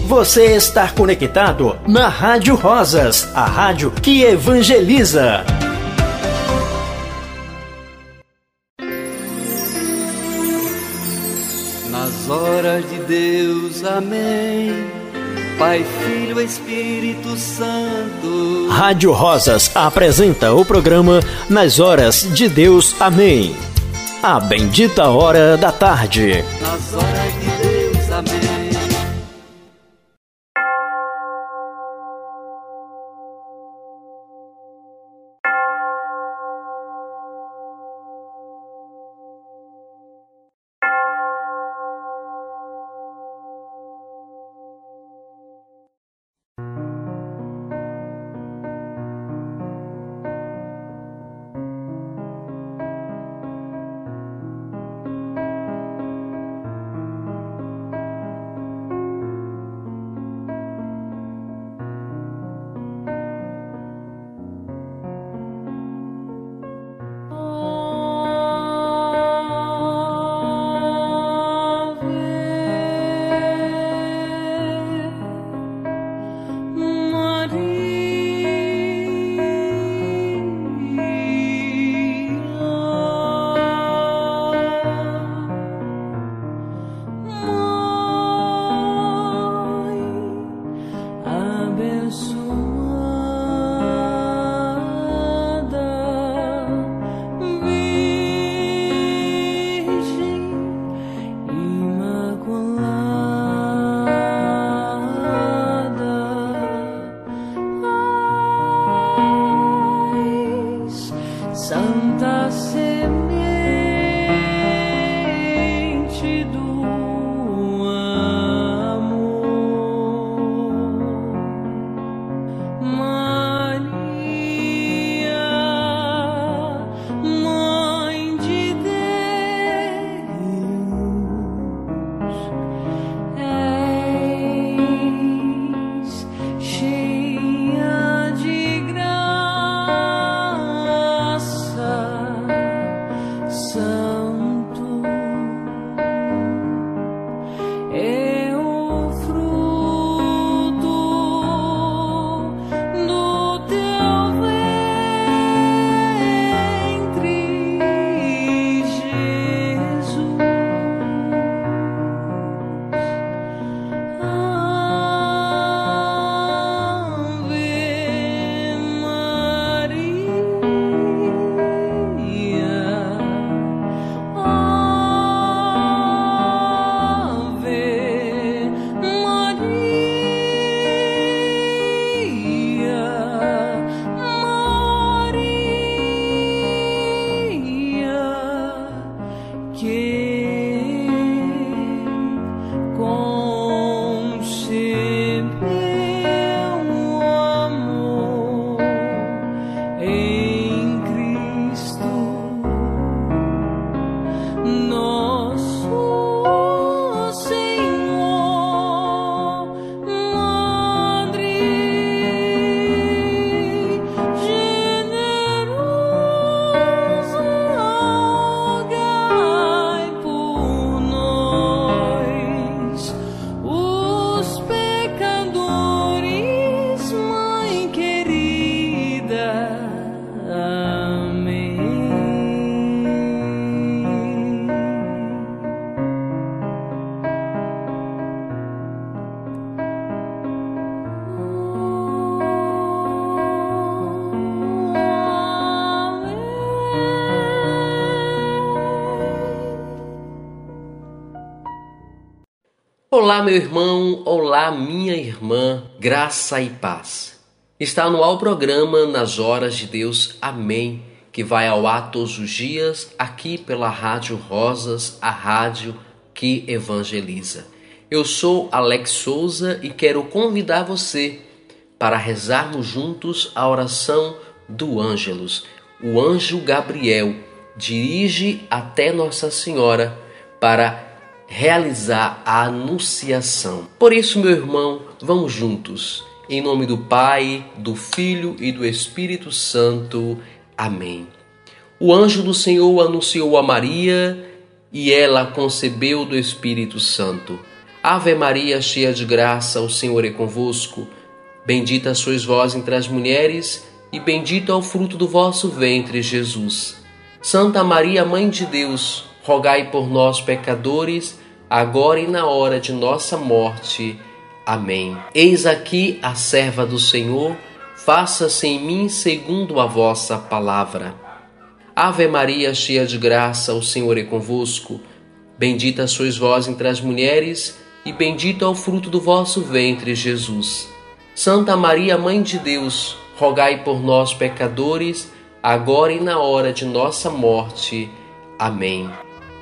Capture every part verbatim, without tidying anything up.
você está conectado na Rádio Rosas, a rádio que evangeliza. Nas horas de Deus, amém. Pai, Filho, Espírito Santo. Rádio Rosas apresenta o programa Nas Horas de Deus, amém. A bendita hora da tarde. Nas horas de Deus, amém. Olá, meu irmão, olá, minha irmã, graça e paz. Está no ar o programa Nas Horas de Deus, amém, que vai ao ar todos os dias aqui pela Rádio Rosas, a rádio que evangeliza. Eu sou Alex Souza e quero convidar você para rezarmos juntos a oração do Ângelus. O anjo Gabriel dirige até Nossa Senhora para realizar a anunciação. Por isso, meu irmão, vamos juntos. Em nome do Pai, do Filho e do Espírito Santo. Amém. O anjo do Senhor anunciou a Maria e ela concebeu do Espírito Santo. Ave Maria, cheia de graça, o Senhor é convosco. Bendita sois vós entre as mulheres, e bendito é o fruto do vosso ventre, Jesus. Santa Maria, Mãe de Deus, rogai por nós, pecadores, agora e na hora de nossa morte. Amém. Eis aqui a serva do Senhor, faça-se em mim segundo a vossa palavra. Ave Maria, cheia de graça, o Senhor é convosco. Bendita sois vós entre as mulheres, e bendito é o fruto do vosso ventre, Jesus. Santa Maria, Mãe de Deus, rogai por nós, pecadores, agora e na hora de nossa morte. Amém.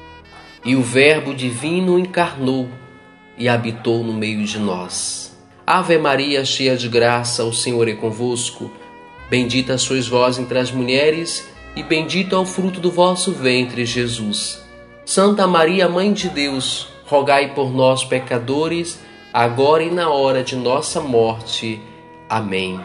E o Verbo divino encarnou e habitou no meio de nós. Ave Maria, cheia de graça, o Senhor é convosco. Bendita sois vós entre as mulheres, e bendito é o fruto do vosso ventre, Jesus. Santa Maria, Mãe de Deus, rogai por nós, pecadores, agora e na hora de nossa morte. Amém.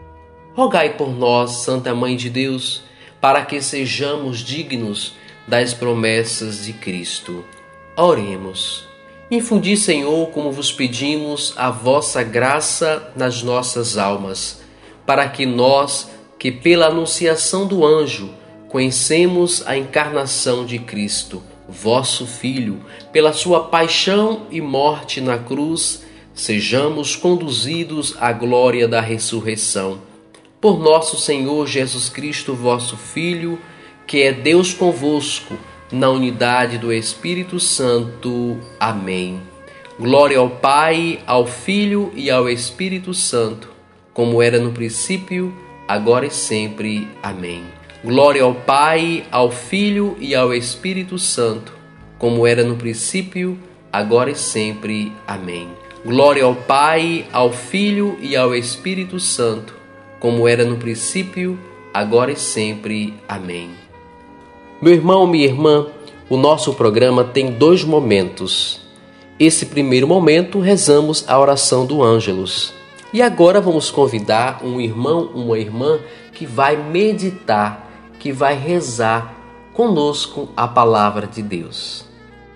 Rogai por nós, Santa Mãe de Deus, para que sejamos dignos das promessas de Cristo. Oremos. Infundi, Senhor, como vos pedimos, a vossa graça nas nossas almas, para que nós, que pela anunciação do anjo, conhecemos a encarnação de Cristo, vosso Filho, pela sua paixão e morte na cruz, sejamos conduzidos à glória da ressurreição. Por nosso Senhor Jesus Cristo, vosso Filho, que é Deus convosco, na unidade do Espírito Santo. Amém. Glória ao Pai, ao Filho e ao Espírito Santo, como era no princípio, agora e sempre. Amém. Glória ao Pai, ao Filho e ao Espírito Santo, como era no princípio, agora e sempre. Amém. Glória ao Pai, ao Filho e ao Espírito Santo, como era no princípio, agora e sempre. Amém. Meu irmão, minha irmã, o nosso programa tem dois momentos. Esse primeiro momento, rezamos a oração do Ângelus. E agora vamos convidar um irmão, uma irmã que vai meditar, que vai rezar conosco a palavra de Deus.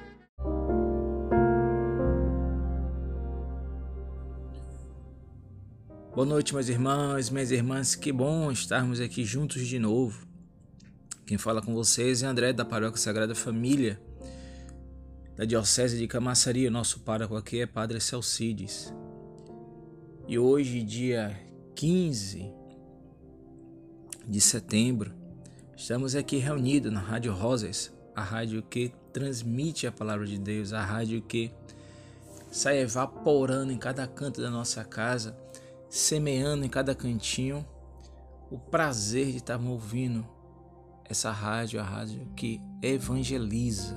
Boa noite, meus irmãos, minhas irmãs, que bom estarmos aqui juntos de novo. Quem fala com vocês é André, da Paróquia Sagrada Família, da Diocese de Camaçari. O nosso pároco aqui é Padre Celcides. E hoje, dia quinze de setembro, estamos aqui reunidos na Rádio Rosas, a rádio que transmite a palavra de Deus, a rádio que sai evaporando em cada canto da nossa casa, semeando em cada cantinho o prazer de estarmos ouvindo essa rádio, a rádio que evangeliza.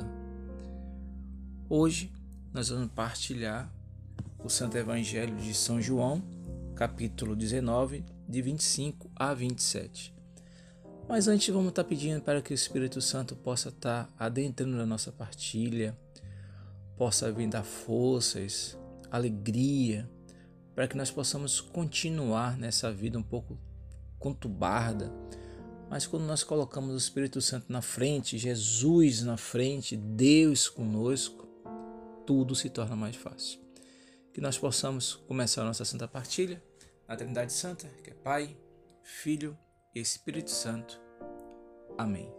Hoje nós vamos partilhar o Santo Evangelho de São João, capítulo dezenove, de vinte e cinco a vinte e sete. Mas antes vamos estar pedindo para que o Espírito Santo possa estar adentrando na nossa partilha, possa vir dar forças, alegria, para que nós possamos continuar nessa vida um pouco conturbada. Mas quando nós colocamos o Espírito Santo na frente, Jesus na frente, Deus conosco, tudo se torna mais fácil. Que nós possamos começar a nossa Santa Partilha na Trindade Santa, que é Pai, Filho e Espírito Santo. Amém.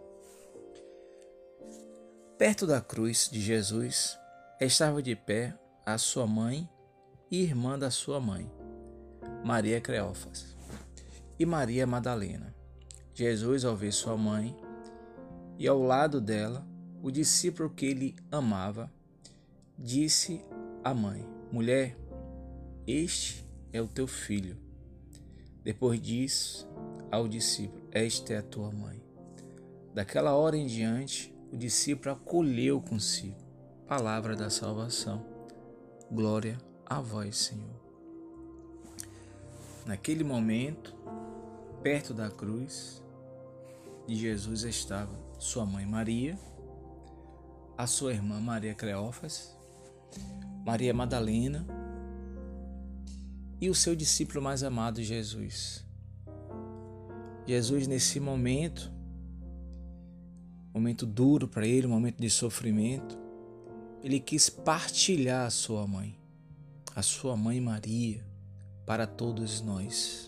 Perto da cruz de Jesus estava de pé a sua mãe e irmã da sua mãe, Maria Cleófas, e Maria Madalena. Jesus, ao ver sua mãe e ao lado dela o discípulo que ele amava, disse à mãe: Mulher, este é o teu filho. Depois disse ao discípulo: Esta é a tua mãe. Daquela hora em diante, o discípulo acolheu consigo. Palavra da salvação. Glória a vós, Senhor. Naquele momento, perto da cruz de Jesus estava sua mãe Maria, a sua irmã Maria Cleófas, Maria Madalena e o seu discípulo mais amado, Jesus. Jesus, nesse momento, momento duro para ele, momento de sofrimento, ele quis partilhar a sua mãe, a sua mãe Maria, para todos nós.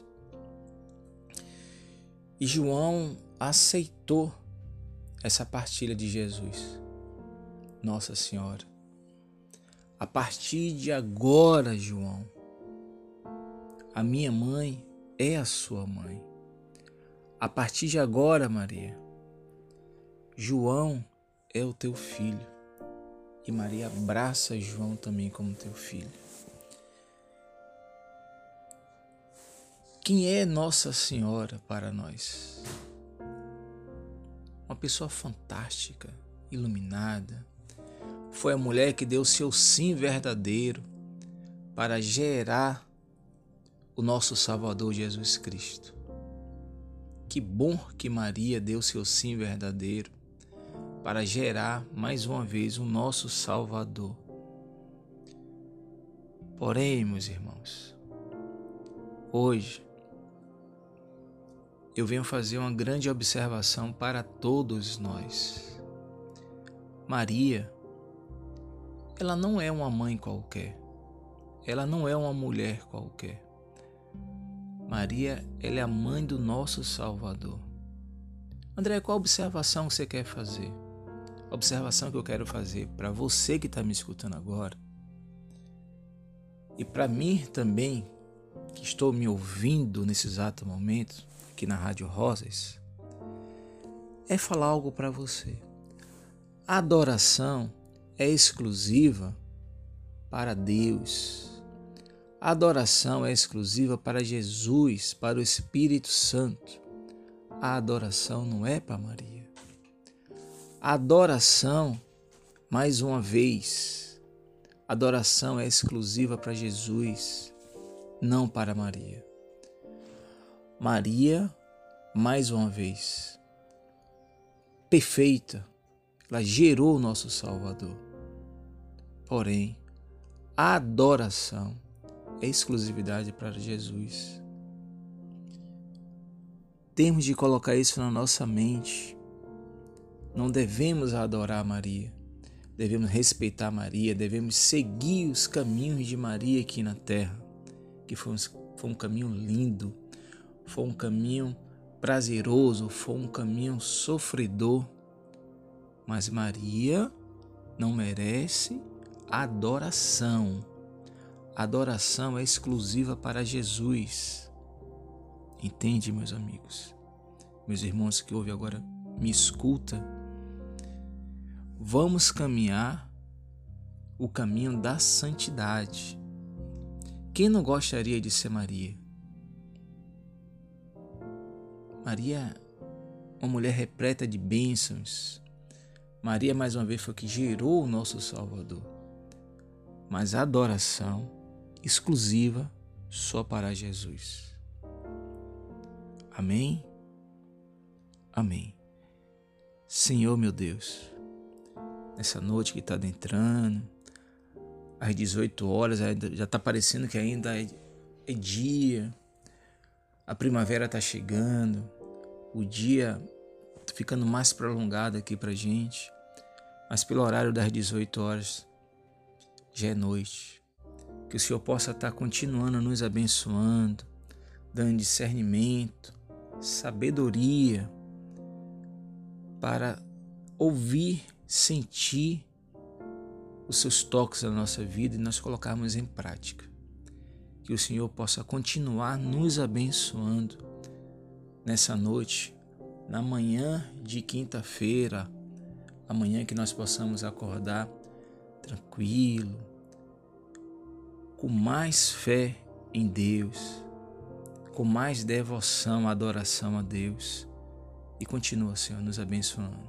E João aceitou essa partilha de Jesus. Nossa Senhora, a partir de agora, João, a minha mãe é a sua mãe. A partir de agora, Maria, João é o teu filho. E Maria abraça João também como teu filho. Quem é Nossa Senhora para nós? Uma pessoa fantástica, iluminada. Foi a mulher que deu seu sim verdadeiro para gerar o nosso Salvador Jesus Cristo. Que bom que Maria deu seu sim verdadeiro para gerar mais uma vez o nosso Salvador. Porém, meus irmãos, hoje eu venho fazer uma grande observação para todos nós. Maria, ela não é uma mãe qualquer, ela não é uma mulher qualquer. Maria, ela é a mãe do nosso Salvador. André, qual observação você quer fazer? A observação que eu quero fazer para você que está me escutando agora, e para mim também, que estou me ouvindo nesse exato momento, aqui na Rádio Rosas, é falar algo para você. A adoração é exclusiva para Deus. A adoração é exclusiva para Jesus, para o Espírito Santo. A adoração não é para Maria. A adoração, mais uma vez, a adoração é exclusiva para Jesus, não para Maria. Maria, mais uma vez, perfeita, ela gerou o nosso Salvador. Porém, a adoração é exclusividade para Jesus. Temos de colocar isso na nossa mente. Não devemos adorar Maria, devemos respeitar Maria, devemos seguir os caminhos de Maria aqui na terra, que foi um, foi um caminho lindo, foi um caminho prazeroso, foi um caminho sofredor, mas Maria não merece adoração. Adoração é exclusiva para Jesus. Entende, meus amigos? Meus irmãos que ouvem agora, me escuta. Vamos caminhar o caminho da santidade. Quem não gostaria de ser Maria? Maria, uma mulher repleta de bênçãos. Maria, mais uma vez, foi que gerou o nosso Salvador. Mas a adoração exclusiva só para Jesus. Amém? Amém. Senhor, meu Deus, nessa noite que está adentrando, às dezoito horas, já está parecendo que ainda é, é dia, a primavera está chegando, o dia tá ficando mais prolongado aqui para a gente, mas pelo horário das dezoito horas já é noite. Que o Senhor possa estar continuando nos abençoando, dando discernimento, sabedoria para ouvir, sentir os seus toques na nossa vida e nós colocarmos em prática. Que o Senhor possa continuar nos abençoando nessa noite, na manhã de quinta-feira, amanhã que nós possamos acordar tranquilo, com mais fé em Deus, com mais devoção, adoração a Deus. E continua, Senhor, nos abençoando.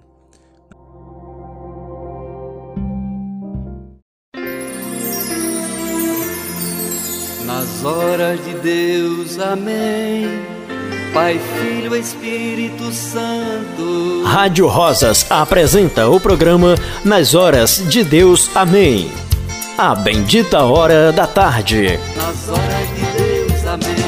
Nas horas de Deus, amém. Pai, Filho, Espírito Santo. Rádio Rosas apresenta o programa Nas Horas de Deus, amém. A bendita hora da tarde. Nas horas de Deus, amém.